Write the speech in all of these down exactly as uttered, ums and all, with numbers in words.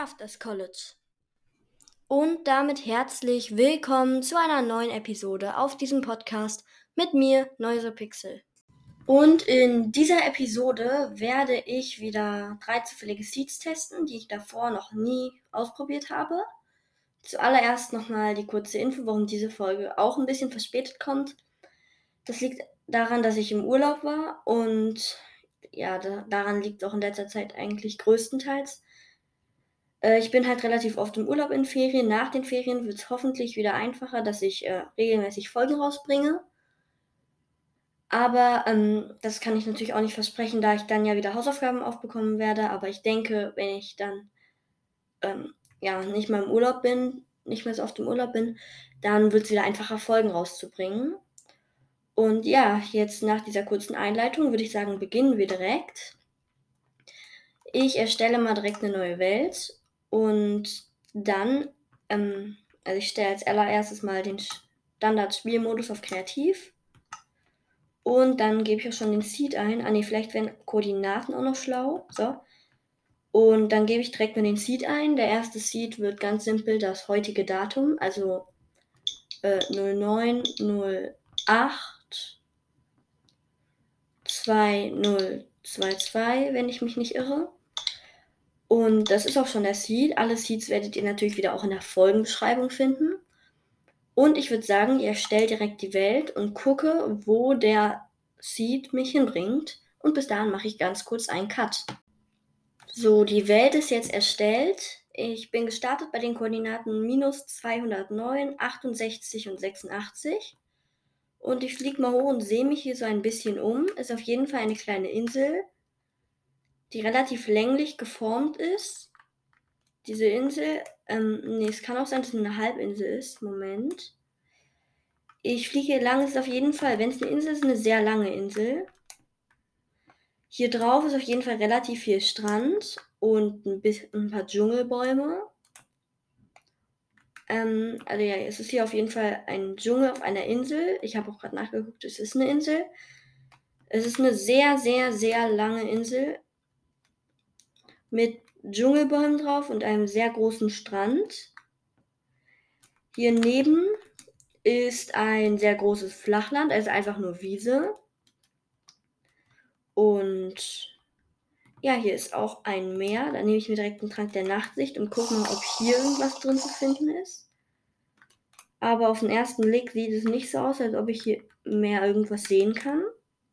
Crafters College. Und damit herzlich willkommen zu einer neuen Episode auf diesem Podcast mit mir, Neusepixel. Und in dieser Episode werde ich wieder drei zufällige Seeds testen, die ich davor noch nie ausprobiert habe. Zuallererst nochmal die kurze Info, warum diese Folge auch ein bisschen verspätet kommt. Das liegt daran, dass ich im Urlaub war und ja, da, daran liegt auch in letzter Zeit eigentlich größtenteils. Äh, ich bin halt relativ oft im Urlaub in Ferien. Nach den Ferien wird es hoffentlich wieder einfacher, dass ich äh, regelmäßig Folgen rausbringe. Aber ähm, das kann ich natürlich auch nicht versprechen, da ich dann ja wieder Hausaufgaben aufbekommen werde. Aber ich denke, wenn ich dann ähm, ja nicht mal im Urlaub bin, nicht mehr so oft im Urlaub bin, dann wird es wieder einfacher, Folgen rauszubringen. Und ja, jetzt nach dieser kurzen Einleitung würde ich sagen, beginnen wir direkt. Ich erstelle mal direkt eine neue Welt und dann, ähm, also ich stelle als allererstes mal den Standard-Spielmodus auf Kreativ und dann gebe ich auch schon den Seed ein. Ah ne, vielleicht wären Koordinaten auch noch schlau. So. Und dann gebe ich direkt mal den Seed ein. Der erste Seed wird ganz simpel das heutige Datum, also äh, null neun null acht zwei null zwei zwei, wenn ich mich nicht irre. Und das ist auch schon der Seed. Alle Seeds werdet ihr natürlich wieder auch in der Folgenbeschreibung finden. Und ich würde sagen, ihr erstellt direkt die Welt und gucke, wo der Seed mich hinbringt. Und bis dahin mache ich ganz kurz einen Cut. So, die Welt ist jetzt erstellt. Ich bin gestartet bei den Koordinaten minus zweihundertneun, achtundsechzig und sechsundachtzig. Und ich fliege mal hoch und sehe mich hier so ein bisschen um. Ist auf jeden Fall eine kleine Insel, die relativ länglich geformt ist. Diese Insel, ähm, nee, es kann auch sein, dass es eine Halbinsel ist. Moment. Ich fliege hier lang, es ist auf jeden Fall, wenn es eine Insel ist, eine sehr lange Insel. Hier drauf ist auf jeden Fall relativ viel Strand und ein, bisschen, ein paar Dschungelbäume. Ähm, also ja, es ist hier auf jeden Fall ein Dschungel auf einer Insel. Ich habe auch gerade nachgeguckt, es ist eine Insel. Es ist eine sehr, sehr, sehr lange Insel mit Dschungelbäumen drauf und einem sehr großen Strand. Hier neben ist ein sehr großes Flachland, also einfach nur Wiese. Und ja, hier ist auch ein Meer. Da nehme ich mir direkt einen Trank der Nachtsicht und gucke mal, ob hier irgendwas drin zu finden ist. Aber auf den ersten Blick sieht es nicht so aus, als ob ich hier mehr irgendwas sehen kann.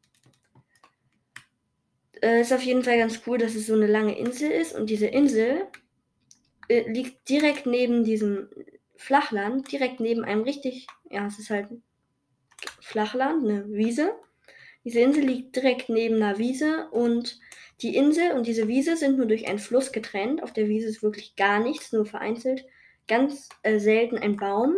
Äh, ist auf jeden Fall ganz cool, dass es so eine lange Insel ist. Und diese Insel äh, liegt direkt neben diesem Flachland, direkt neben einem richtig, ja, es ist halt ein Flachland, eine Wiese. Diese Insel liegt direkt neben einer Wiese und die Insel und diese Wiese sind nur durch einen Fluss getrennt. Auf der Wiese ist wirklich gar nichts, nur vereinzelt ganz äh, selten ein Baum.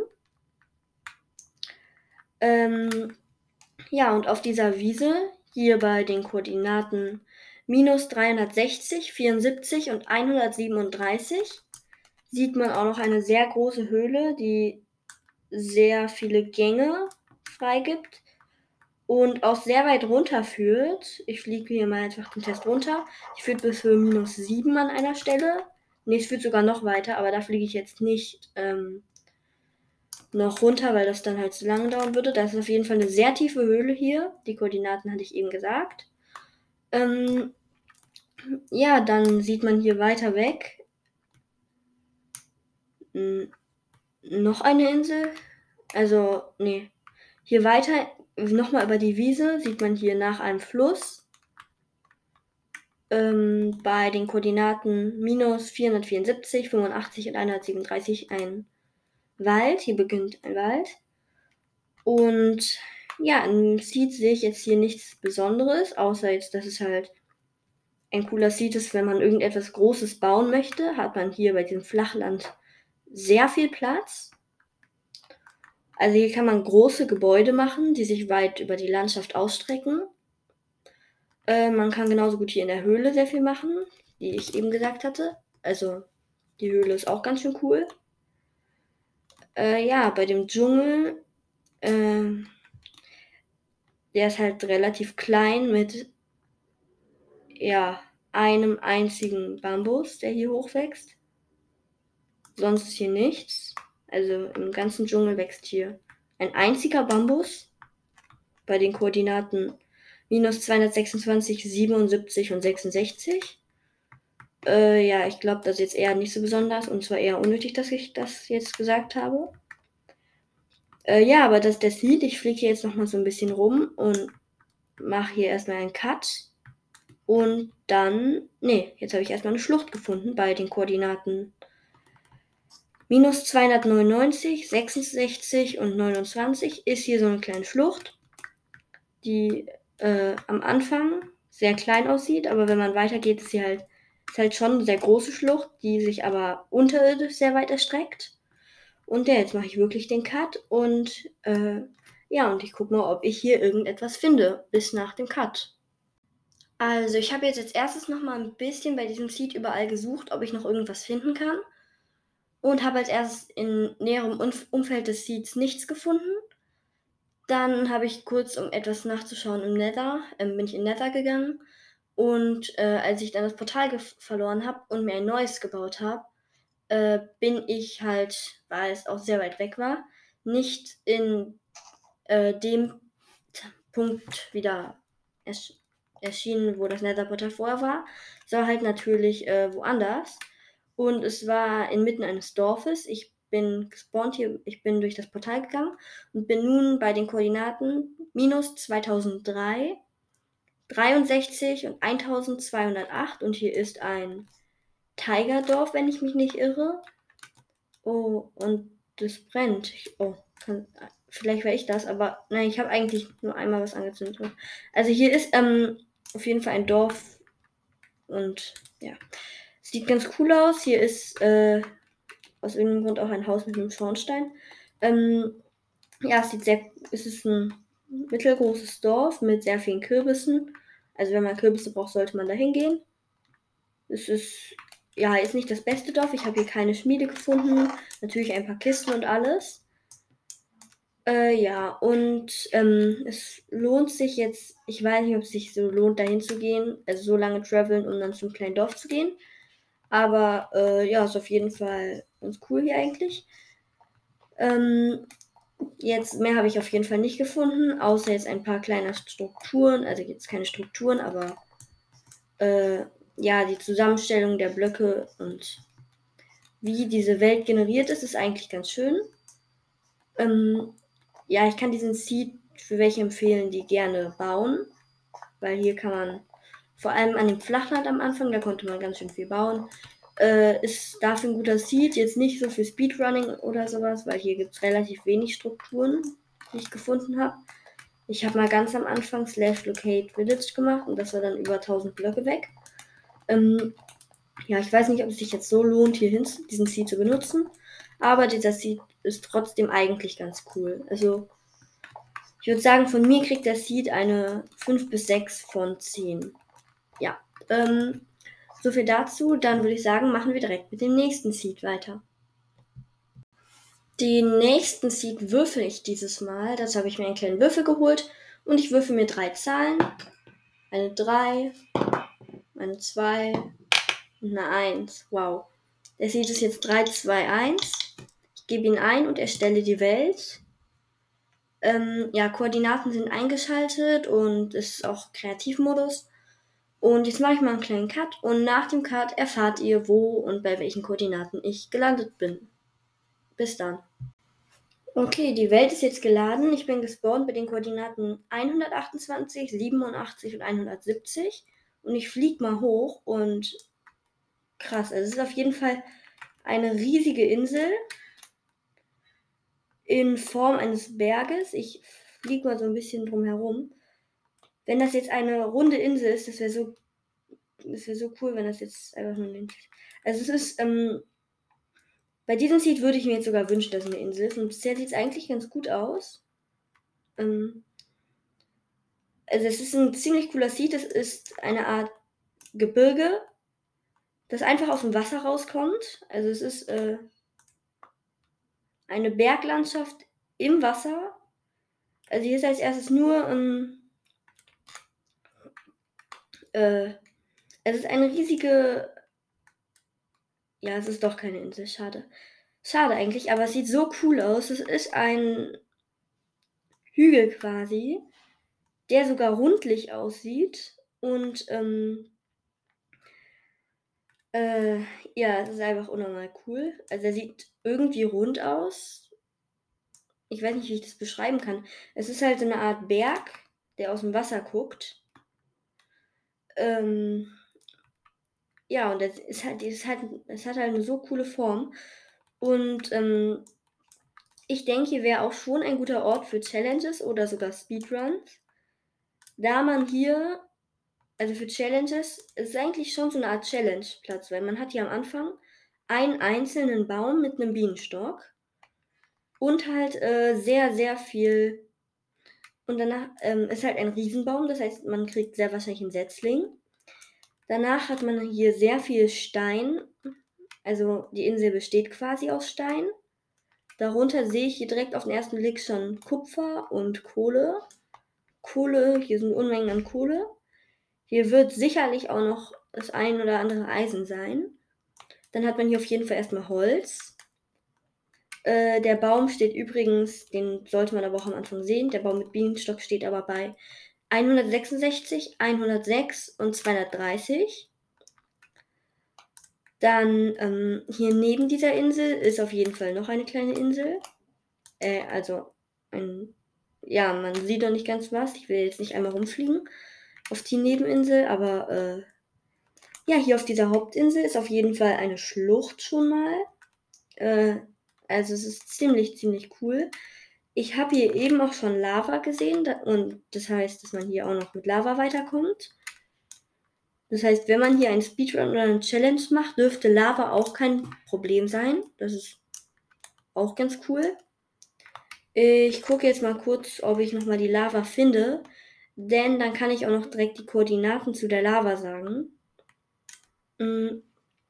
Ähm, ja, und auf dieser Wiese, hier bei den Koordinaten minus dreihundertsechzig, vierundsiebzig und hundertsiebenunddreißig, sieht man auch noch eine sehr große Höhle, die sehr viele Gänge freigibt und auch sehr weit runter führt. Ich fliege hier mal einfach den Test runter. Die führt bis für minus sieben an einer Stelle. Ne, es führt sogar noch weiter, aber da fliege ich jetzt nicht ähm, noch runter, weil das dann halt zu lange dauern würde. Das ist auf jeden Fall eine sehr tiefe Höhle hier. Die Koordinaten hatte ich eben gesagt. Ähm, ja, dann sieht man hier weiter weg n- noch eine Insel. Also, nee. Hier weiter, nochmal über die Wiese, sieht man hier nach einem Fluss. Ähm, bei den Koordinaten minus vierhundertvierundsiebzig, fünfundachtzig und hundertsiebenunddreißig ein Wald. Hier beginnt ein Wald. Und ja, im Seed sehe ich jetzt hier nichts Besonderes, außer jetzt, dass es halt ein cooler Seed ist, wenn man irgendetwas Großes bauen möchte, hat man hier bei diesem Flachland sehr viel Platz. Also hier kann man große Gebäude machen, die sich weit über die Landschaft ausstrecken. Äh, man kann genauso gut hier in der Höhle sehr viel machen, wie ich eben gesagt hatte. Also die Höhle ist auch ganz schön cool. Äh, ja, bei dem Dschungel, äh, der ist halt relativ klein mit ja, einem einzigen Bambus, der hier hochwächst. sonst ist hier nichts. Also im ganzen Dschungel wächst hier ein einziger Bambus bei den Koordinaten minus zweihundertsechsundzwanzig, siebenundsiebzig und sechsundsechzig. Äh, ja, ich glaube, das ist jetzt eher nicht so besonders und zwar eher unnötig, dass ich das jetzt gesagt habe. Äh, ja, aber das ist der Seed. Ich fliege hier jetzt nochmal so ein bisschen rum und mache hier erstmal einen Cut. Und dann, nee, jetzt habe ich erstmal eine Schlucht gefunden bei den Koordinaten minus zweihundertneunundneunzig, sechsundsechzig und neunundzwanzig ist hier so eine kleine Schlucht, die äh, am Anfang sehr klein aussieht, aber wenn man weitergeht, ist sie halt, ist halt schon eine sehr große Schlucht, die sich aber unterirdisch sehr weit erstreckt. Und ja, jetzt mache ich wirklich den Cut und äh, ja, und ich gucke mal, ob ich hier irgendetwas finde, bis nach dem Cut. Also ich habe jetzt als erstes nochmal ein bisschen bei diesem Seed überall gesucht, ob ich noch irgendwas finden kann. Und habe als erstes in näherem Umf- Umfeld des Seeds nichts gefunden. Dann habe ich kurz, um etwas nachzuschauen im Nether, ähm, bin ich in Nether gegangen. Und äh, als ich dann das Portal gef- verloren habe und mir ein neues gebaut habe, äh, bin ich halt, weil es auch sehr weit weg war, nicht in äh, dem T- Punkt wieder ersch erschienen, wo das Netherportal vorher war, sondern halt natürlich äh, woanders. Und es war inmitten eines Dorfes. Ich bin gespawnt hier, ich bin durch das Portal gegangen und bin nun bei den Koordinaten minus zweitausenddrei, dreiundsechzig und eintausendzweihundertacht. Und hier ist ein Tigerdorf, wenn ich mich nicht irre. Oh, und das brennt. Ich, oh, kann, vielleicht wäre ich das, aber nein, ich habe eigentlich nur einmal was angezündet. Also hier ist ähm, auf jeden Fall ein Dorf und ja, sieht ganz cool aus. Hier ist äh, aus irgendeinem Grund auch ein Haus mit einem Schornstein. Ähm, ja, es sieht sehr, es ist ein mittelgroßes Dorf mit sehr vielen Kürbissen. Also wenn man Kürbisse braucht, sollte man da hingehen. Es ist, ja, ist nicht das beste Dorf. Ich habe hier keine Schmiede gefunden. Natürlich ein paar Kisten und alles. Äh, ja, und ähm, es lohnt sich jetzt, ich weiß nicht, ob es sich so lohnt, dahin zu gehen, also so lange traveln, um dann zum kleinen Dorf zu gehen. Aber äh, ja, ist auf jeden Fall ganz cool hier eigentlich. Ähm, jetzt mehr habe ich auf jeden Fall nicht gefunden, außer jetzt ein paar kleine Strukturen, also jetzt keine Strukturen, aber äh, ja, die Zusammenstellung der Blöcke und wie diese Welt generiert ist, ist eigentlich ganz schön. Ähm, ja, ich kann diesen Seed für welche empfehlen, die gerne bauen, weil hier kann man vor allem an dem Flachland am Anfang, da konnte man ganz schön viel bauen. Äh, ist dafür ein guter Seed, jetzt nicht so für Speedrunning oder sowas, weil hier gibt es relativ wenig Strukturen, die ich gefunden habe. Ich habe mal ganz am Anfang Slash Locate Village gemacht und das war dann über tausend Blöcke weg. Ähm, ja, ich weiß nicht, ob es sich jetzt so lohnt, hier hin diesen Seed zu benutzen, aber dieser Seed ist trotzdem eigentlich ganz cool. Also ich würde sagen, von mir kriegt der Seed eine fünf bis sechs von zehn. Ja, ähm, so viel dazu. Dann würde ich sagen, machen wir direkt mit dem nächsten Seed weiter. Den nächsten Seed würfel ich dieses Mal. Dazu habe ich mir einen kleinen Würfel geholt und ich würfel mir drei Zahlen. Eine drei, eine zwei und eine eins. Wow. Der Seed ist jetzt drei, zwei, eins. Ich gebe ihn ein und erstelle die Welt. Ähm, ja, Koordinaten sind eingeschaltet und es ist auch Kreativmodus. Und jetzt mache ich mal einen kleinen Cut und nach dem Cut erfahrt ihr, wo und bei welchen Koordinaten ich gelandet bin. Bis dann. Okay, die Welt ist jetzt geladen. Ich bin gespawnt mit den Koordinaten hundertachtundzwanzig, siebenundachtzig und hundertsiebzig. Und ich fliege mal hoch und krass, also es ist auf jeden Fall eine riesige Insel in Form eines Berges. Ich fliege mal so ein bisschen drum herum. Wenn das jetzt eine runde Insel ist, das wäre so, das wäre so cool, wenn das jetzt einfach nur eine Insel ist. Also es ist, ähm, bei diesem Seed würde ich mir jetzt sogar wünschen, dass es eine Insel ist. Und bisher sieht es eigentlich ganz gut aus. Ähm, also es ist ein ziemlich cooler Seed. Es ist eine Art Gebirge, das einfach aus dem Wasser rauskommt. Also es ist äh, eine Berglandschaft im Wasser. Also hier ist als erstes nur ähm, äh, es ist eine riesige Ja, es ist doch keine Insel, schade. Schade eigentlich, aber es sieht so cool aus. Es ist ein Hügel quasi, der sogar rundlich aussieht und, ähm äh, ja, es ist einfach unnormal cool. Also, er sieht irgendwie rund aus. Ich weiß nicht, wie ich das beschreiben kann. Es ist halt so 'ne Art Berg, der aus'm Wasser guckt. Ähm, ja, und das ist halt es hat es hat halt 'ne so coole Form und, ähm, ich denke, hier wäre auch schon ein guter Ort für Challenges oder sogar Speedruns, da man hier also, für Challenges es ist eigentlich schon so 'ne Art Challenge-Platz, weil man hat hier am Anfang einen einzelnen Baum mit 'nem Bienenstock und halt, äh, sehr, sehr viel und danach, ähm, ist halt ein Riesenbaum, das heißt, man kriegt sehr wahrscheinlich 'n Setzling. Danach hat man hier sehr viel Stein, also, die Insel besteht quasi aus Stein. Darunter sehe ich hier direkt auf 'n ersten Blick schon Kupfer und Kohle. Kohle hier sind Unmengen an Kohle. Hier wird sicherlich auch noch das ein oder andere Eisen sein. Dann hat man hier auf jeden Fall erst mal Holz. Äh, der Baum steht übrigens den sollte man aber auch am Anfang sehen, der Baum mit Bienenstock steht aber bei hundertsechsundsechzig, hundertsechs und zweihundertdreißig. Dann, ähm, hier neben dieser Insel ist auf jeden Fall noch eine kleine Insel. Äh, also ein ja, man sieht noch nicht ganz was. Ich will jetzt nicht einmal rumfliegen auf die Nebeninsel, aber, äh, ja, hier auf dieser Hauptinsel ist auf jeden Fall eine Schlucht schon mal. Äh, also, es ist ziemlich, ziemlich cool. Ich habe hier eben auch schon Lava gesehen, da und das heißt, dass man hier auch noch mit Lava weiterkommt. Das heißt, wenn man hier einen Speedrun oder 'ne Challenge macht, dürfte Lava auch kein Problem sein. Das ist auch ganz cool. Ich gucke jetzt mal kurz, ob ich noch mal die Lava finde, denn dann kann ich auch noch direkt die Koordinaten zu der Lava sagen. Hm.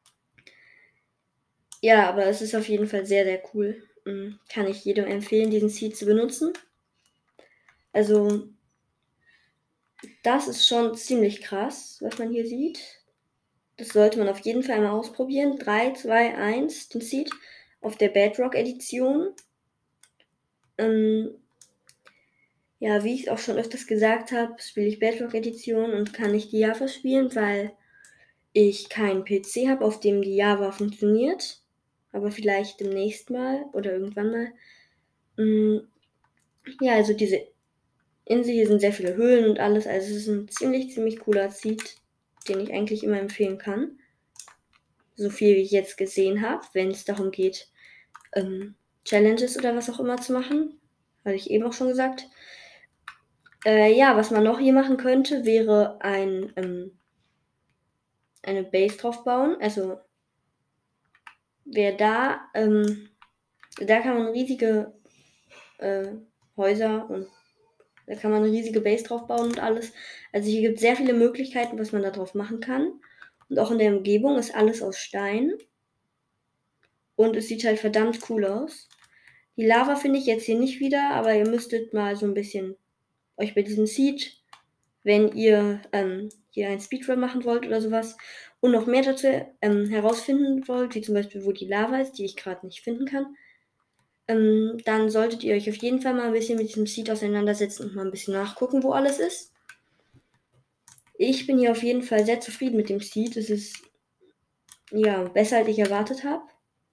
Ja, aber es ist auf jeden Fall sehr, sehr cool. Hm, kann ich jedem empfehlen, diesen Seed zu benutzen. Also das ist schon ziemlich krass, was man hier sieht. Das sollte man auf jeden Fall mal ausprobieren. drei, zwei, eins, den Seed auf der Bedrock-Edition. Ähm ja, wie ich's auch schon öfters gesagt habe, spiele ich Bedrock-Edition und kann nicht die Java spielen, weil ich keinen P C habe, auf dem die Java funktioniert, aber vielleicht demnächst mal oder irgendwann mal. Hm, ja, also diese Insel hier sind sehr viele Höhlen und alles, also es ist 'n ziemlich, ziemlich cooler Seed, den ich eigentlich immer empfehlen kann. So viel wie ich jetzt gesehen habe, wenn's darum geht, ähm, Challenges oder was auch immer zu machen, hatte ich eben auch schon gesagt. Äh, ja, was man noch hier machen könnte, wäre ein, ähm eine Base drauf bauen. Also wer da, ähm da kann man riesige, äh, Häuser und da kann man 'ne riesige Base drauf bauen und alles. Also, hier gibt's sehr viele Möglichkeiten, was man da drauf machen kann. Und auch in der Umgebung ist alles aus Stein. Und es sieht halt verdammt cool aus. Die Lava finde ich jetzt hier nicht wieder, aber ihr müsstet mal so 'n bisschen euch bei diesem Seed, wenn ihr, ähm, hier einen Speedrun machen wollt oder so was und noch mehr dazu, ähm, herausfinden wollt, wie zum Beispiel, wo die Lava ist, die ich grad nicht finden kann, ähm, dann solltet ihr euch auf jeden Fall mal 'n bisschen mit diesem Seed auseinandersetzen und mal 'n bisschen nachgucken, wo alles ist. Ich bin hier auf jeden Fall sehr zufrieden mit dem Seed. Es ist ja, besser als ich erwartet habe.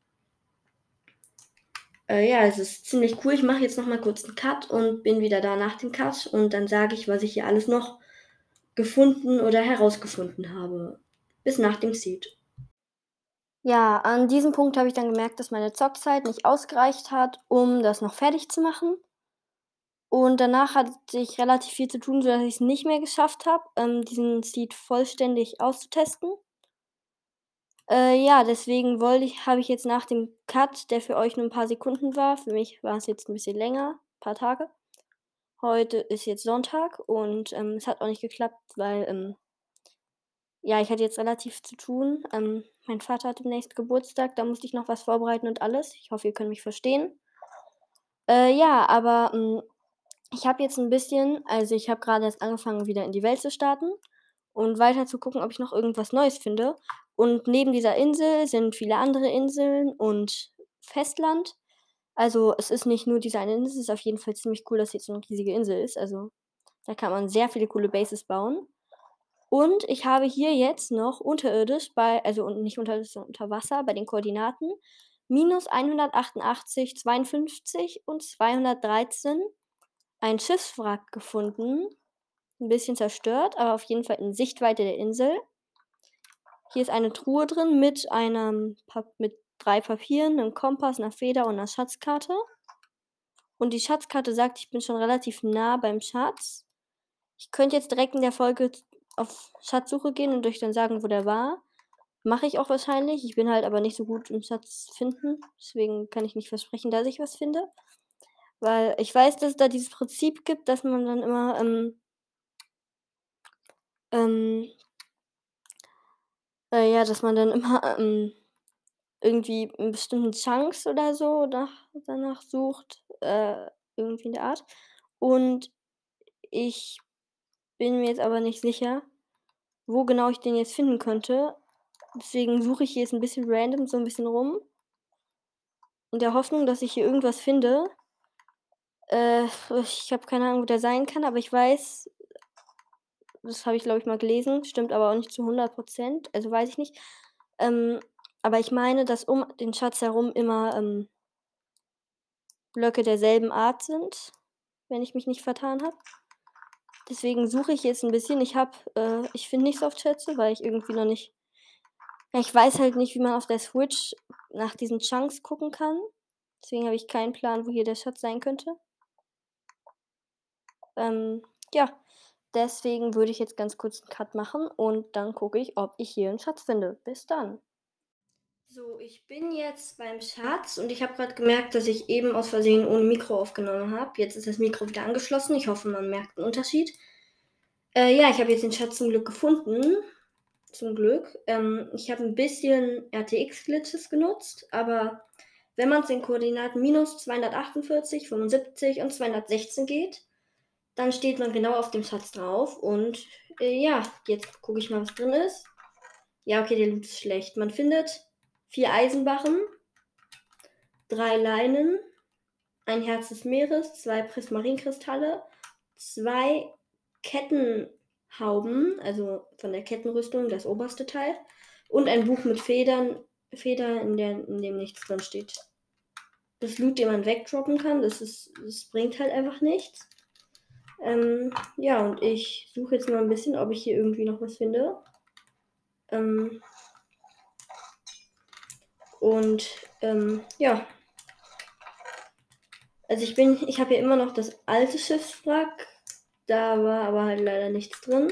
Äh, ja, es ist ziemlich cool. Ich mache jetzt noch mal kurz 'n Cut und bin wieder da nach dem Cut und dann sage ich, was ich hier alles noch gefunden oder herausgefunden habe. Bis nach dem Seed. Ja, an diesem Punkt habe ich dann gemerkt, dass meine Zockzeit nicht ausgereicht hat, um das noch fertig zu machen. Und danach hatte ich relativ viel zu tun, sodass ich's nicht mehr geschafft habe, ähm, diesen Seed vollständig auszutesten. Äh, ja, deswegen wollte ich habe ich jetzt nach dem Cut, der für euch nur 'n paar Sekunden war für mich war's jetzt 'n bisschen länger, paar Tage. Heute ist jetzt Sonntag und, ähm, es hat auch nicht geklappt, weil, ähm ja, ich hatte jetzt relativ zu tun. Ähm, mein Vater hat demnächst Geburtstag, da musste ich noch was vorbereiten und alles. Ich hoffe, ihr könnt mich verstehen. Äh, ja, aber, hm, ich habe jetzt 'n bisschen also, ich habe grade erst angefangen, wieder in die Welt zu starten und weiter zu gucken, ob ich noch irgendwas Neues finde. Und neben dieser Insel sind viele andere Inseln und Festland. Also, es ist nicht nur diese eine Insel, es ist auf jeden Fall ziemlich cool, dass jetzt so 'ne riesige Insel ist. Also, da kann man sehr viele coole Bases bauen. Und ich habe hier jetzt noch unterirdisch bei also, und nicht unterirdisch, sondern unter Wasser bei den Koordinaten minus hundertachtundachtzig, zweiundfünfzig und zweihundertdreizehn ein Schiffswrack gefunden. 'N bisschen zerstört, aber auf jeden Fall in Sichtweite der Insel. Hier ist eine Truhe drin mit einem Pap mit drei Papieren, 'nem Kompass, 'ner Feder und 'ner Schatzkarte. Und die Schatzkarte sagt, ich bin schon relativ nah beim Schatz. Ich könnte jetzt direkt in der Folge auf Schatzsuche gehen und euch dann sagen, wo der war. Mache ich auch wahrscheinlich. Ich bin halt aber nicht so gut im Schatz finden, deswegen kann ich nicht versprechen, dass ich was finde. Weil ich weiß, dass es da dieses Prinzip gibt, dass man dann immer, ähm ähm äh, ja, dass man dann immer, ähm, irgendwie 'n bestimmten Chunks oder so nach danach sucht, äh, irgendwie in der Art. Und ich bin mir jetzt aber nicht sicher, wo genau ich den jetzt finden könnte. Deswegen suche ich hier jetzt 'n bisschen random so 'n bisschen rum in der Hoffnung, dass ich hier irgendwas finde. Äh, ich habe keine Ahnung, wo der sein kann, aber ich weiß das habe ich, glaube ich, mal gelesen, stimmt aber auch nicht zu hundert Prozent, also, weiß ich nicht. Ähm, aber ich meine, dass um den Schatz herum immer, ähm Blöcke derselben Art sind, wenn ich mich nicht vertan habe. Deswegen suche ich jetzt 'n bisschen. Ich habe äh, ich finde nicht so oft Schätze, weil ich irgendwie noch nicht ja, ich weiß halt nicht, wie man auf der Switch nach diesen Chunks gucken kann. Deswegen habe ich keinen Plan, wo hier der Schatz sein könnte. Ähm, ja, deswegen würde ich jetzt ganz kurz 'n Cut machen und dann gucke ich, ob ich hier 'n Schatz finde. Bis dann. So, ich bin jetzt beim Schatz und ich habe grad gemerkt, dass ich eben aus Versehen ohne Mikro aufgenommen habe. Jetzt ist das Mikro wieder angeschlossen. Ich hoffe, man merkt 'n Unterschied. Äh, ja, ich habe jetzt den Schatz zum Glück gefunden. Zum Glück. Ähm, ich habe 'n bisschen R T X-Glitches genutzt, aber wenn man's den Koordinaten minus zweihundertachtundvierzig, fünfundsiebzig und zweihundertsechzehn geht, dann steht man genau auf dem Schatz drauf und, äh, ja, jetzt gucke ich mal, was drin ist. Ja, okay, der Loot ist schlecht. Man findet vier Eisenbarren, drei Leinen, ein Herz des Meeres, zwei Prismarinkristalle, zwei Kettenhauben, also von der Kettenrüstung, das oberste Teil, und ein Buch mit Federn Feder, in der in dem nichts drin steht. Das Loot, den man wegdroppen kann, das ist das bringt halt einfach nichts. Ähm, ja, und ich suche jetzt mal 'n bisschen, ob ich hier irgendwie noch was finde. Ähm und, ähm, ja. Also, ich bin ich habe hier immer noch das alte Schiffswrack, da war aber halt leider nichts drin.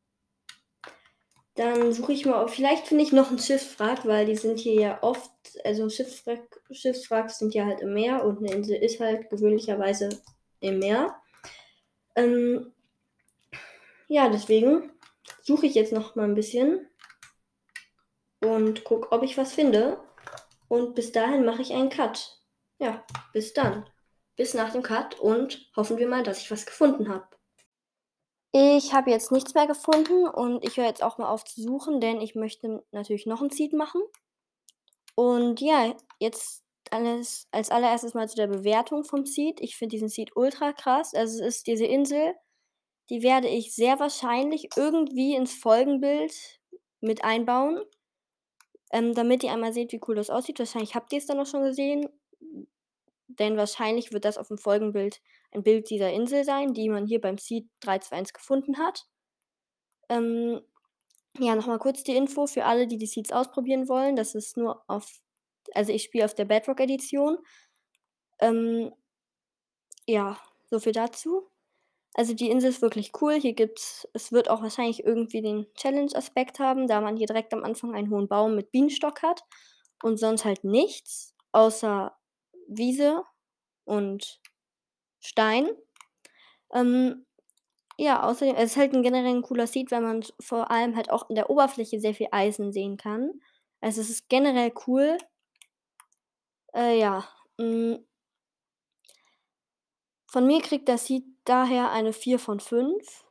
Dann suche ich mal, ob vielleicht finde ich noch 'n Schiffswrack, weil die sind hier ja oft also, Schiffswrack Schiffswracks sind ja halt im Meer und 'ne Insel ist halt gewöhnlicherweise im Meer. Ähm ja, deswegen suche ich jetzt noch mal 'n bisschen und gucke, ob ich was finde. Und bis dahin mache ich einen Cut. Ja, bis dann. Bis nach dem Cut und hoffen wir mal, dass ich was gefunden habe. Ich habe jetzt nichts mehr gefunden und ich höre jetzt auch mal auf zu suchen, denn ich möchte natürlich noch 'n Seed machen. Und ja, jetzt alles als Allererstes mal zu der Bewertung vom Seed. Ich finde diesen Seed ultra krass. Also, es ist diese Insel, die werde ich sehr wahrscheinlich irgendwie ins Folgenbild mit einbauen, ähm, damit ihr einmal seht, wie cool das aussieht. Wahrscheinlich habt ihr's dann auch schon gesehen, denn wahrscheinlich wird das aufm Folgenbild ein Bild dieser Insel sein, die man hier beim Seed drei zwei eins gefunden hat. Ähm, ja, noch mal kurz die Info für alle, die die Seeds ausprobieren wollen. Das ist nur auf also, ich spiele auf der Bedrock-Edition. Ähm ja, so viel dazu. Also, die Insel ist wirklich cool. Hier gibt's es wird auch wahrscheinlich irgendwie den Challenge-Aspekt haben, da man hier direkt am Anfang einen hohen Baum mit Bienenstock hat und sonst halt nichts außer Wiese und Stein. Ähm, ja, außerdem es ist halt 'n generell 'n cooler Seed, weil man vor allem halt auch in der Oberfläche sehr viel Eisen sehen kann. Also, es ist generell cool. Äh, ja, hm von mir kriegt der Seed daher eine vier von fünf.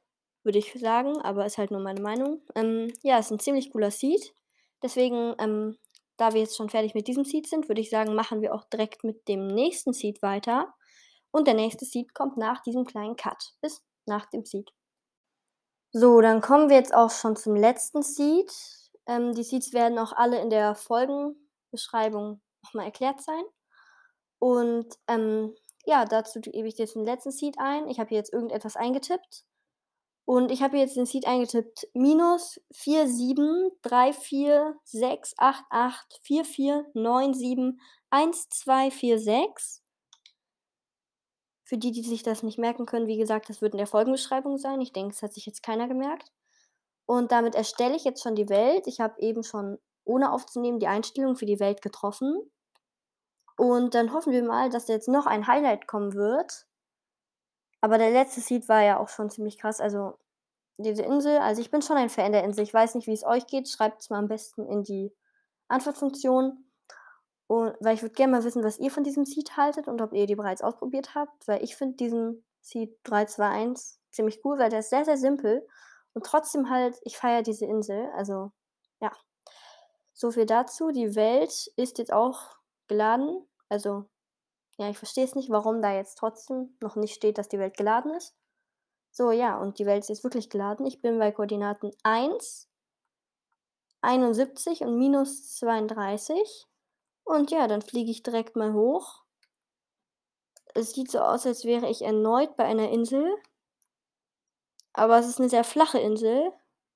würde ich sagen, aber ist halt nur meine Meinung. Ähm, ja, ist ein ziemlich cooler Seed. Deswegen, ähm, da wir jetzt schon fertig mit diesem Seed sind, würde ich sagen, machen wir auch direkt mit dem nächsten Seed weiter. Und der nächste Seed kommt nach diesem kleinen Cut. Bis nach dem Seed. So, dann kommen wir jetzt auch schon zum letzten Seed. Ähm, die Seeds werden auch alle in der Folgenbeschreibung noch mal erklärt sein. Und, ähm, ja, dazu gebe ich jetzt den letzten Seed ein. Ich habe hier jetzt irgendetwas eingetippt. Und ich habe hier jetzt den Seed eingetippt: minus vier sieben drei vier sechs acht acht vier vier neun sieben eins zwei vier sechs. Für die, die sich das nicht merken können, wie gesagt, das wird in der Folgenbeschreibung sein. Ich denke, das hat sich jetzt keiner gemerkt. Und damit erstelle ich jetzt schon die Welt. Ich habe eben schon, ohne aufzunehmen, die Einstellung für die Welt getroffen. Und dann hoffen wir mal, dass da jetzt noch ein Highlight kommen wird. Aber der letzte Seed war ja auch schon ziemlich krass. Also diese Insel, also ich bin schon ein Fan der Insel. Ich weiß nicht, wie es euch geht. Schreibt es mal am besten in die Antwortfunktion. Und weil ich würde gerne mal wissen, was ihr von diesem Seed haltet und ob ihr die bereits ausprobiert habt, weil ich finde diesen Seed drei zwei eins ziemlich cool, weil der ist sehr, sehr simpel und trotzdem halt, ich feiere diese Insel. Also, ja. So viel dazu. Die Welt ist jetzt auch geladen. Also, ja, ich verstehe es nicht, warum da jetzt trotzdem noch nicht steht, dass die Welt geladen ist. So, ja, und die Welt ist jetzt wirklich geladen. Ich bin bei Koordinaten eins, einundsiebzig und minus zweiunddreißig. Und ja, dann fliege ich direkt mal hoch. Es sieht so aus, als wäre ich erneut bei einer Insel. Aber es ist eine sehr flache Insel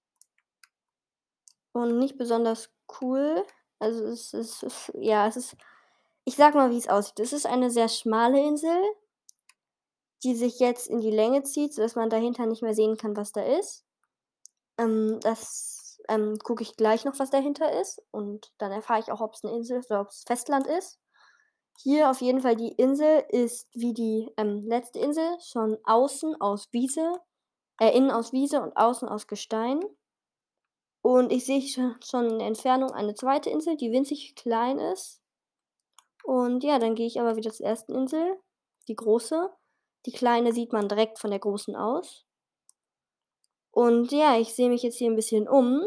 und nicht besonders cool. Also, es ist es ja, es ist, ich sage mal, wie es aussieht. Es ist eine sehr schmale Insel, die sich jetzt in die Länge zieht, sodass man dahinter nicht mehr sehen kann, was da ist. Ähm, das, ähm, gucke ich gleich noch, was dahinter ist, und dann erfahre ich auch, ob es eine Insel ist oder ob es Festland ist. Hier auf jeden Fall, die Insel ist wie die, ähm, letzte Insel schon außen aus Wiese äh, innen aus Wiese und außen aus Gestein. Und ich sehe scho schon in der Entfernung eine zweite Insel, die winzig klein ist. Und ja, dann gehe ich aber wieder zur ersten Insel, die große. Die kleine sieht man direkt von der großen aus. Und ja, ich sehe mich jetzt hier ein bisschen um.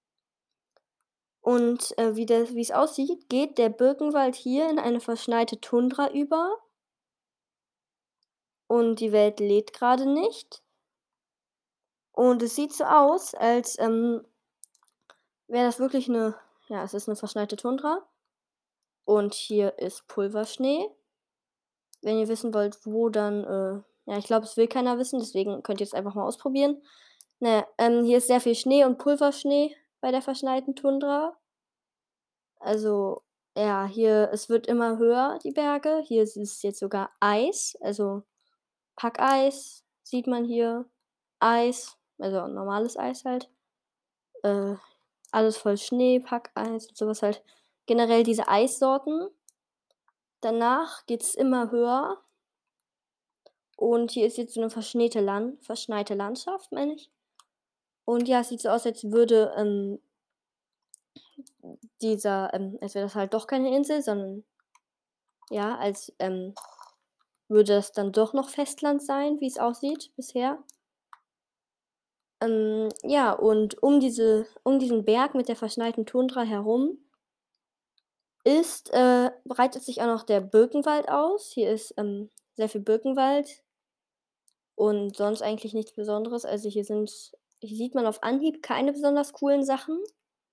Und, äh, wie das wie es aussieht, geht der Birkenwald hier in eine verschneite Tundra über und die Welt lädt gerade nicht. Und es sieht so aus, als, ähm, wäre das wirklich eine, ja, es ist eine verschneite Tundra und hier ist Pulverschnee. Wenn ihr wissen wollt, wo, dann, äh ja, ich glaube, es will keiner wissen, deswegen könnt ihr es einfach mal ausprobieren. Na ja, ähm, hier ist sehr viel Schnee und Pulverschnee bei der verschneiten Tundra. Also, ja, hier, es wird immer höher, die Berge. Hier ist es jetzt sogar Eis, also Packeis sieht man hier, Eis, also normales Eis halt. Äh, alles voll Schnee, Packeis und so was halt. Generell diese Eissorten. Danach geht's immer höher und hier ist jetzt so 'ne verschneite Land verschneite Landschaft, meine ich. Und ja, es sieht so aus, als würde, ähm, dieser ähm, als wäre das halt doch keine Insel, sondern ja, als, ähm, würde das dann doch noch Festland sein, wie's aussieht bisher. Ähm, ja, und um diese um diesen Berg mit der verschneiten Tundra herum ist äh, breitet sich auch noch der Birkenwald aus. Hier ist, ähm, sehr viel Birkenwald und sonst eigentlich nichts Besonderes. Also, hier sind hier sieht man auf Anhieb keine besonders coolen Sachen.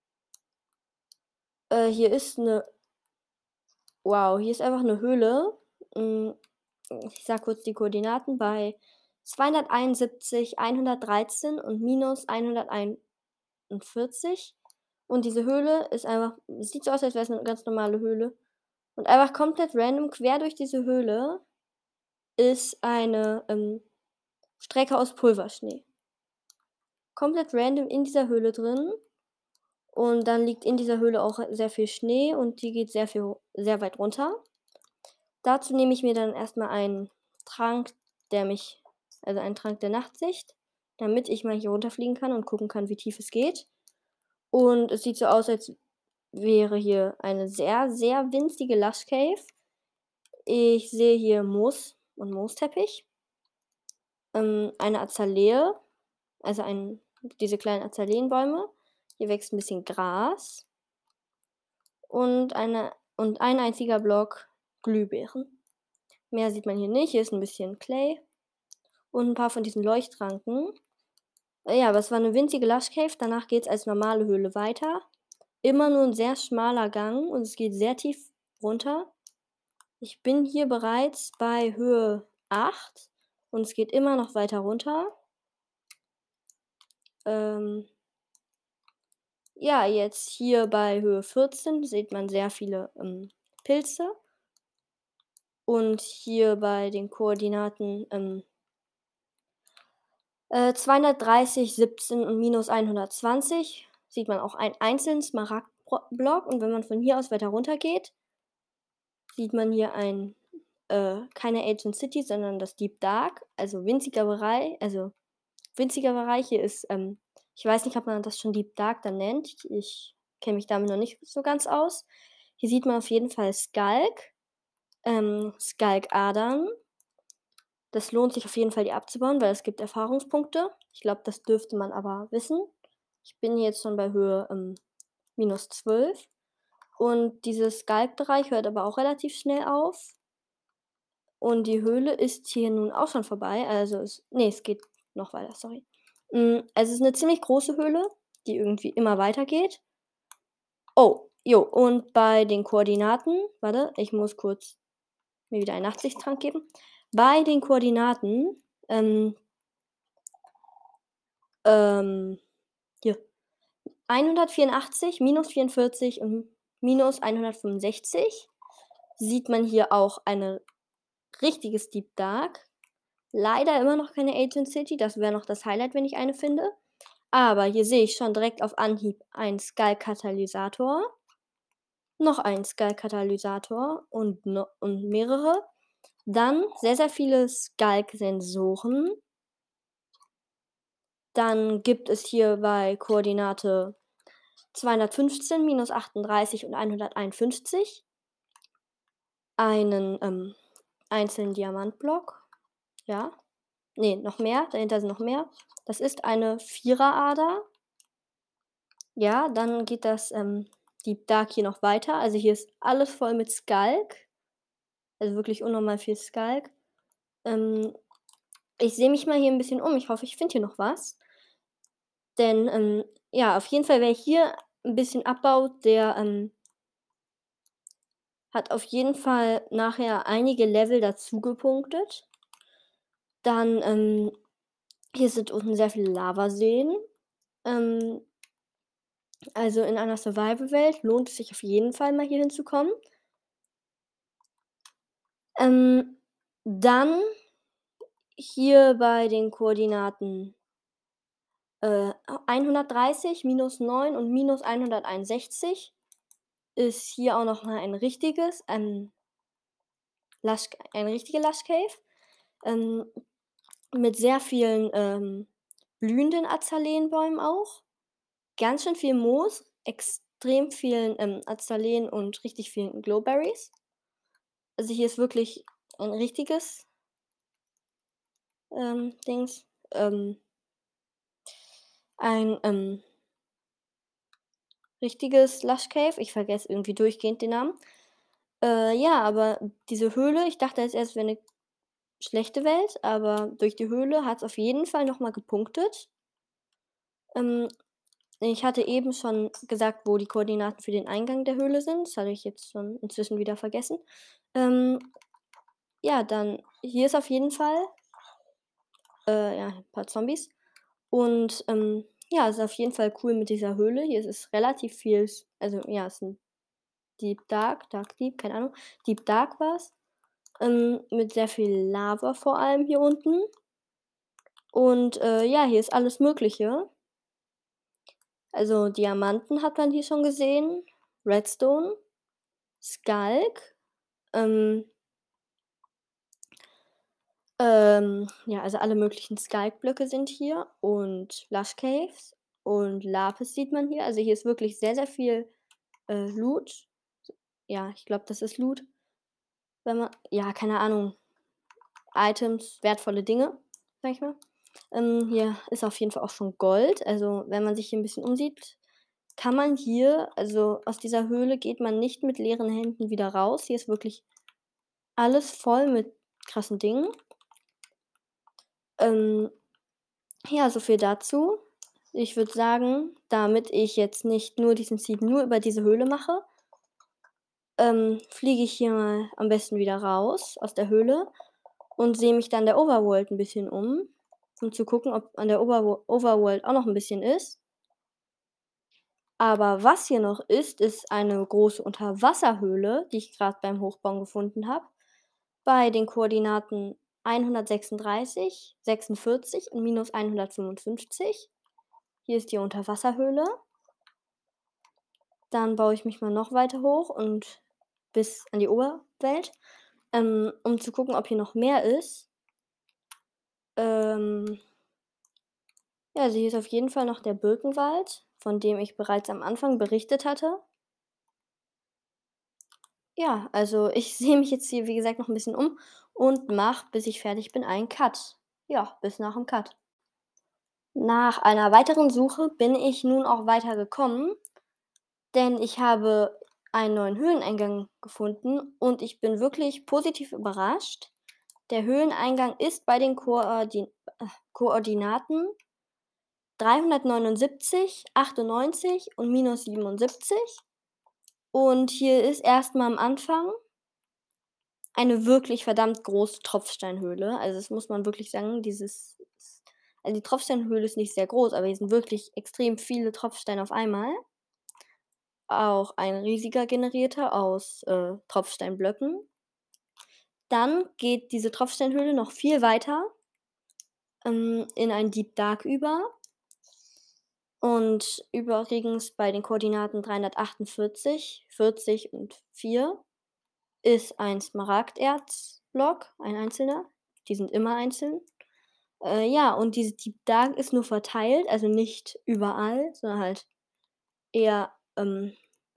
Äh, hier ist 'ne wow, hier ist einfach 'ne Höhle. Hm, ich sage kurz die Koordinaten: bei zweihunderteinundsiebzig, hundertdreizehn und minus hunderteinundvierzig. Und diese Höhle ist einfach, es sieht so aus, als wär's 'ne ganz normale Höhle. Und einfach komplett random quer durch diese Höhle ist eine, ähm, Strecke aus Pulverschnee. Komplett random in dieser Höhle drin. Und dann liegt in dieser Höhle auch sehr viel Schnee und die geht sehr viel sehr weit runter. Dazu nehme ich mir dann erst mal einen Trank, der mich also einen Trank der Nachtsicht, damit ich mal hier runterfliegen kann und gucken kann, wie tief es geht. Und es sieht so aus, als wäre hier eine sehr, sehr winzige Lush Cave. Ich sehe hier Moos und Moosteppich, ähm, eine Azalee also ein diese kleinen Azalenbäume. Hier wächst ein bisschen Gras und eine und ein einziger Block Glühbeeren. Mehr sieht man hier nicht. Hier ist ein bisschen Clay und ein paar von diesen Leuchtranken. Äh, ja, aber es war eine winzige Lush Cave. Danach geht's als normale Höhle weiter. Immer nur ein sehr schmaler Gang und es geht sehr tief runter. Ich bin hier bereits bei Höhe acht und es geht immer noch weiter runter. Ähm, ja, jetzt hier bei Höhe vierzehn sieht man sehr viele, ähm, Pilze. Und hier bei den Koordinaten, ähm, äh, zweihundertdreißig, siebzehn und minus hundertzwanzig sieht man auch einen einzelnen Smaragdblock und wenn man von hier aus weiter runter geht, sieht man hier ein äh, keine Ancient City, sondern das Deep Dark, also winziger Bereich also winziger Bereich. Hier ist, ähm ich weiß nicht, ob man das schon Deep Dark dann nennt. Ich kenne mich damit noch nicht so ganz aus. Hier sieht man auf jeden Fall Skalk, ähm, Skalkadern. Das lohnt sich auf jeden Fall, die abzubauen, weil es gibt Erfahrungspunkte. Ich glaube, das dürfte man aber wissen. Ich bin jetzt schon bei Höhe, ähm, minus zwölf und dieses Skalk-Bereich hört aber auch relativ schnell auf. Und die Höhle ist hier nun auch schon vorbei. Also es ne, es geht noch weiter, sorry. Hm, also es ist 'ne ziemlich große Höhle, die irgendwie immer weitergeht. Oh, jo, und bei den Koordinaten warte, ich muss kurz mir wieder einen Nachtsichtstrank geben. Bei den Koordinaten, ähm ähm, hier, hundertvierundachtzig, minus vierundvierzig und minus hundertfünfundsechzig sieht man hier auch eine richtiges Deep Dark. Leider immer noch keine Ancient City, das wäre noch das Highlight, wenn ich eine finde. Aber hier sehe ich schon direkt auf Anhieb einen Skull-Katalysator, noch einen Skull-Katalysator und no und mehrere. Dann sehr, sehr viele Skalk-Sensoren. Dann gibt es hier bei Koordinate zweihundertfünfzehn, minus achtunddreißig und hunderteinundfünfzig einen, ähm, einzelnen Diamantblock. Ja. Ne, noch mehr, dahinter sind noch mehr. Das ist eine Viererader. Ja, dann geht das, ähm, Deep Dark hier noch weiter. Also, hier ist alles voll mit Skalk, also wirklich unnormal viel Skalk. Ähm, ich sehe mich mal hier 'n bisschen um. Ich hoffe, ich finde hier noch was. Denn, ähm, ja, auf jeden Fall, wer hier 'n bisschen abbaut, der, ähm hat auf jeden Fall nachher einige Level dazugepunktet. Dann, ähm, hier sind unten sehr viele Lavaseen. Ähm, also in einer Survival-Welt lohnt es sich auf jeden Fall mal hier hinzukommen. Ähm, dann hier bei den Koordinaten, äh, hundertdreißig, minus neun und minus hunderteinundsechzig ist hier auch noch mal ein richtiges, ähm, Lush eine richtige Lush Cave, ähm, mit sehr vielen, ähm, blühenden Azalenbäumen auch. Ganz schön viel Moos, extrem vielen, ähm, Azaleen und richtig vielen Glowberries. Also, hier ist wirklich ein richtiges, ähm, Dings, ähm ein, ähm richtiges Lush Cave. Ich vergesse irgendwie durchgehend den Namen. Äh, ja, aber diese Höhle, ich dachte jetzt erst, wäre 'ne schlechte Welt, aber durch die Höhle hat's auf jeden Fall noch mal gepunktet. Ähm, ich hatte eben schon gesagt, wo die Koordinaten für den Eingang der Höhle sind. Das hatte ich jetzt schon inzwischen wieder vergessen. Ähm, ja, dann hier ist auf jeden Fall, äh, ja, 'n paar Zombies. Und, ähm, ja, ist auf jeden Fall cool mit dieser Höhle. Hier ist es relativ viel s also, ja, ist 'n Deep Dark, Dark Deep, keine Ahnung. Deep Dark war's, ähm, mit sehr viel Lava vor allem hier unten. Und, äh, ja, hier ist alles Mögliche. Also, Diamanten hat man hier schon gesehen, Redstone, Skalk, ähm ähm, ja, also alle möglichen Skalk-Blöcke sind hier und Lush Caves und Lapis sieht man hier. Also, hier ist wirklich sehr, sehr viel, äh, Loot. Ja, ich glaube, das ist Loot, wenn man ja, keine Ahnung, Items, wertvolle Dinge, sage ich mal. Ähm, hier ist auf jeden Fall auch schon Gold. Also, wenn man sich hier 'n bisschen umsieht, kann man hier also, aus dieser Höhle geht man nicht mit leeren Händen wieder raus. Hier ist wirklich alles voll mit krassen Dingen. Ähm, ja, so viel dazu. Ich würde sagen, damit ich jetzt nicht nur diesen Seed nur über diese Höhle mache, ähm, fliege ich hier mal am besten wieder raus aus der Höhle und sehe mich dann der Overworld 'n bisschen um, um zu gucken, ob an der Overwo Overworld auch noch 'n bisschen ist. Aber was hier noch ist, ist eine große Unterwasserhöhle, die ich grad beim Hochbauen gefunden habe, bei den Koordinaten hundertsechsunddreißig, sechsundvierzig und minus hundertfünfundfünfzig. Hier ist die Unterwasserhöhle. Dann baue ich mich mal noch weiter hoch und bis an die Oberwelt, ähm, um zu gucken, ob hier noch mehr ist. Ähm ja, also hier ist auf jeden Fall noch der Birkenwald, von dem ich bereits am Anfang berichtet hatte. Ja, also ich sehe mich jetzt hier, wie gesagt, noch 'n bisschen um und mache, bis ich fertig bin, einen Cut. Ja, bis nach'm Cut. Nach einer weiteren Suche bin ich nun auch weitergekommen, denn ich habe einen neuen Höhleneingang gefunden und ich bin wirklich positiv überrascht. Der Höhleneingang ist bei den Koordin äh, Koordinaten dreihundertneunundsiebzig, achtundneunzig und minus siebenundsiebzig. Und hier ist erst mal am Anfang eine wirklich verdammt große Tropfsteinhöhle. Also, das muss man wirklich sagen, dieses also, die Tropfsteinhöhle ist nicht sehr groß, aber hier sind wirklich extrem viele Tropfsteine auf einmal. Auch ein riesiger generierter aus, äh, Tropfsteinblöcken. Dann geht diese Tropfsteinhöhle noch viel weiter ähm, in ein Deep Dark über. Und übrigens bei den Koordinaten dreihundertachtundvierzig, vierzig und vier ist ein Smaragderzblock, ein einzelner. Die sind immer einzeln. Äh, ja, und diese Deep Dark ist nur verteilt, also nicht überall, sondern halt eher, ähm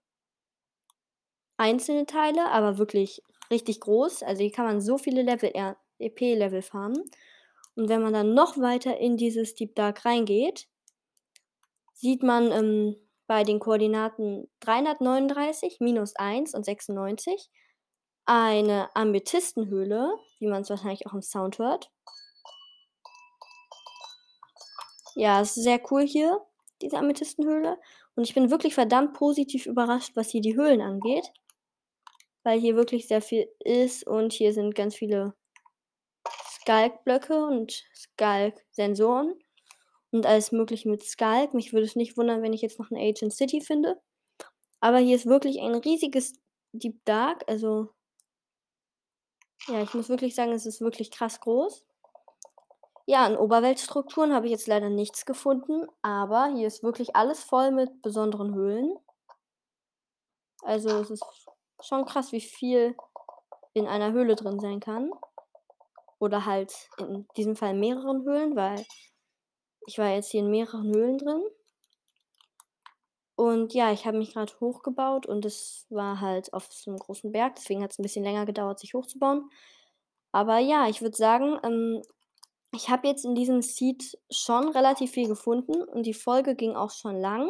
einzelne Teile, aber wirklich richtig groß. Also, hier kann man so viele Level er E P-Level farmen. Und wenn man dann noch weiter in dieses Deep Dark reingeht sieht man, ähm, bei den Koordinaten dreihundertneununddreißig, minus eins und sechsundneunzig eine Amethystenhöhle, wie man's wahrscheinlich auch im Sound hört. Ja, ist sehr cool hier, diese Amethystenhöhle. Und ich bin wirklich verdammt positiv überrascht, was hier die Höhlen angeht. Weil hier wirklich sehr viel ist und hier sind ganz viele Skalk-Blöcke und Skalk-Sensoren und alles Mögliche mit Skalk. Mich würde es nicht wundern, wenn ich jetzt noch 'ne Ancient City finde. Aber hier ist wirklich ein riesiges Deep Dark, also ja, ich muss wirklich sagen, es ist wirklich krass groß. Ja, an Oberweltstrukturen habe ich jetzt leider nichts gefunden, aber hier ist wirklich alles voll mit besonderen Höhlen. Also, es ist schon krass, wie viel in einer Höhle drin sein kann. Oder halt in diesem Fall mehreren Höhlen, weil ich war jetzt hier in mehreren Höhlen drin. Und ja, ich habe mich grad hochgebaut und es war halt auf so 'nem großen Berg, deswegen hat's 'n bisschen länger gedauert, sich hochzubauen. Aber ja, ich würde sagen, ähm, ich habe jetzt in diesem Seed schon relativ viel gefunden und die Folge ging auch schon lang.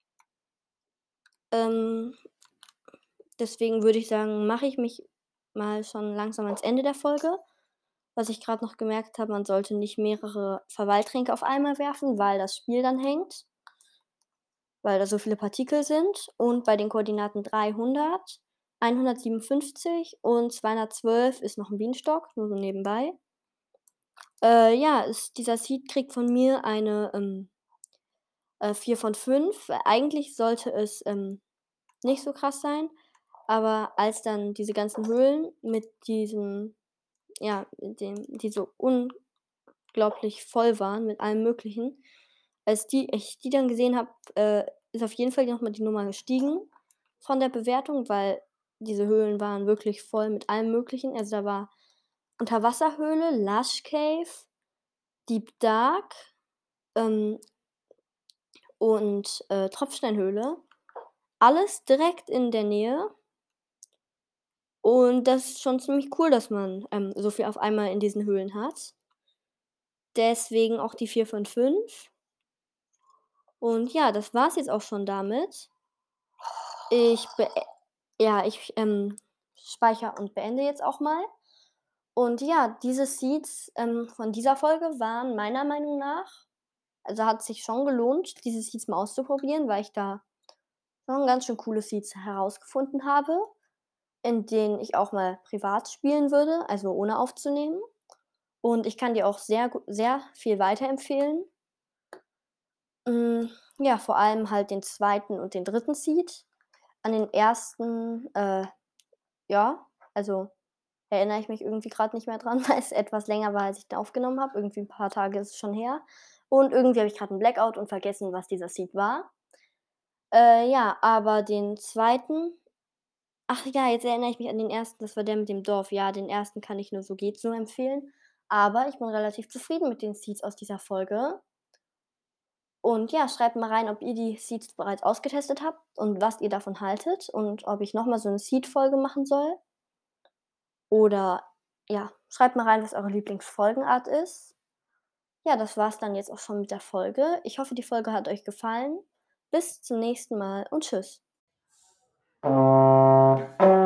Ähm, deswegen würde ich sagen, mache ich mich mal schon langsam ans Ende der Folge. Was ich grad noch gemerkt habe, man sollte nicht mehrere Verweiltränke auf einmal werfen, weil das Spiel dann hängt. Weil da so viele Partikel sind. Und bei den Koordinaten dreihundert, hundertsiebenundfünfzig und zweihundertzwölf ist noch 'n Bienenstock, nur so nebenbei. Äh, ja, ist dieser Seed kriegt von mir eine, ähm äh, vier von fünf. Eigentlich sollte es, ähm, nicht so krass sein, aber als dann diese ganzen Höhlen mit diesem ja, mit dem die so unglaublich voll waren mit allem Möglichen, als die ich die dann gesehen habe, äh, ist auf jeden Fall noch mal die Nummer gestiegen von der Bewertung, weil diese Höhlen waren wirklich voll mit allem Möglichen. Also, da war Unterwasserhöhle, Lush Cave, Deep Dark, ähm und, äh, Tropfsteinhöhle. Alles direkt in der Nähe. Und das ist schon ziemlich cool, dass man, ähm, so viel auf einmal in diesen Höhlen hat. Deswegen auch die vier von fünf. Und ja, das war's jetzt auch schon damit. Ich bee ja, ich, ähm, speichere und beende jetzt auch mal. Und ja, diese Seeds, ähm, von dieser Folge waren meiner Meinung nach also, hat sich schon gelohnt, diese Seeds mal auszuprobieren, weil ich da schon ganz schön coole Seeds herausgefunden habe, in denen ich auch mal privat spielen würde, also ohne aufzunehmen. Und ich kann dir auch sehr gu sehr viel weiterempfehlen. Hm, ja, vor allem halt den zweiten und den dritten Seed. An den ersten, äh, ja, also erinnere ich mich irgendwie grad nicht mehr dran, weil es etwas länger war, als ich den aufgenommen habe. Irgendwie 'n paar Tage ist es schon her. Und irgendwie habe ich grad 'n Blackout und vergessen, was dieser Seed war. Äh, ja, aber den zweiten ach ja, jetzt erinnere ich mich an den ersten, das war der mit dem Dorf. Ja, den ersten kann ich nur so geht so empfehlen. Aber ich bin relativ zufrieden mit den Seeds aus dieser Folge. Und ja, schreibt mal rein, ob ihr die Seeds bereits ausgetestet habt und was ihr davon haltet und ob ich noch mal so 'ne Seed-Folge machen soll. Oder ja, schreibt mal rein, was eure Lieblingsfolgenart ist. Ja, das war's dann jetzt auch schon mit der Folge. Ich hoffe, die Folge hat euch gefallen. Bis zum nächsten Mal und tschüss.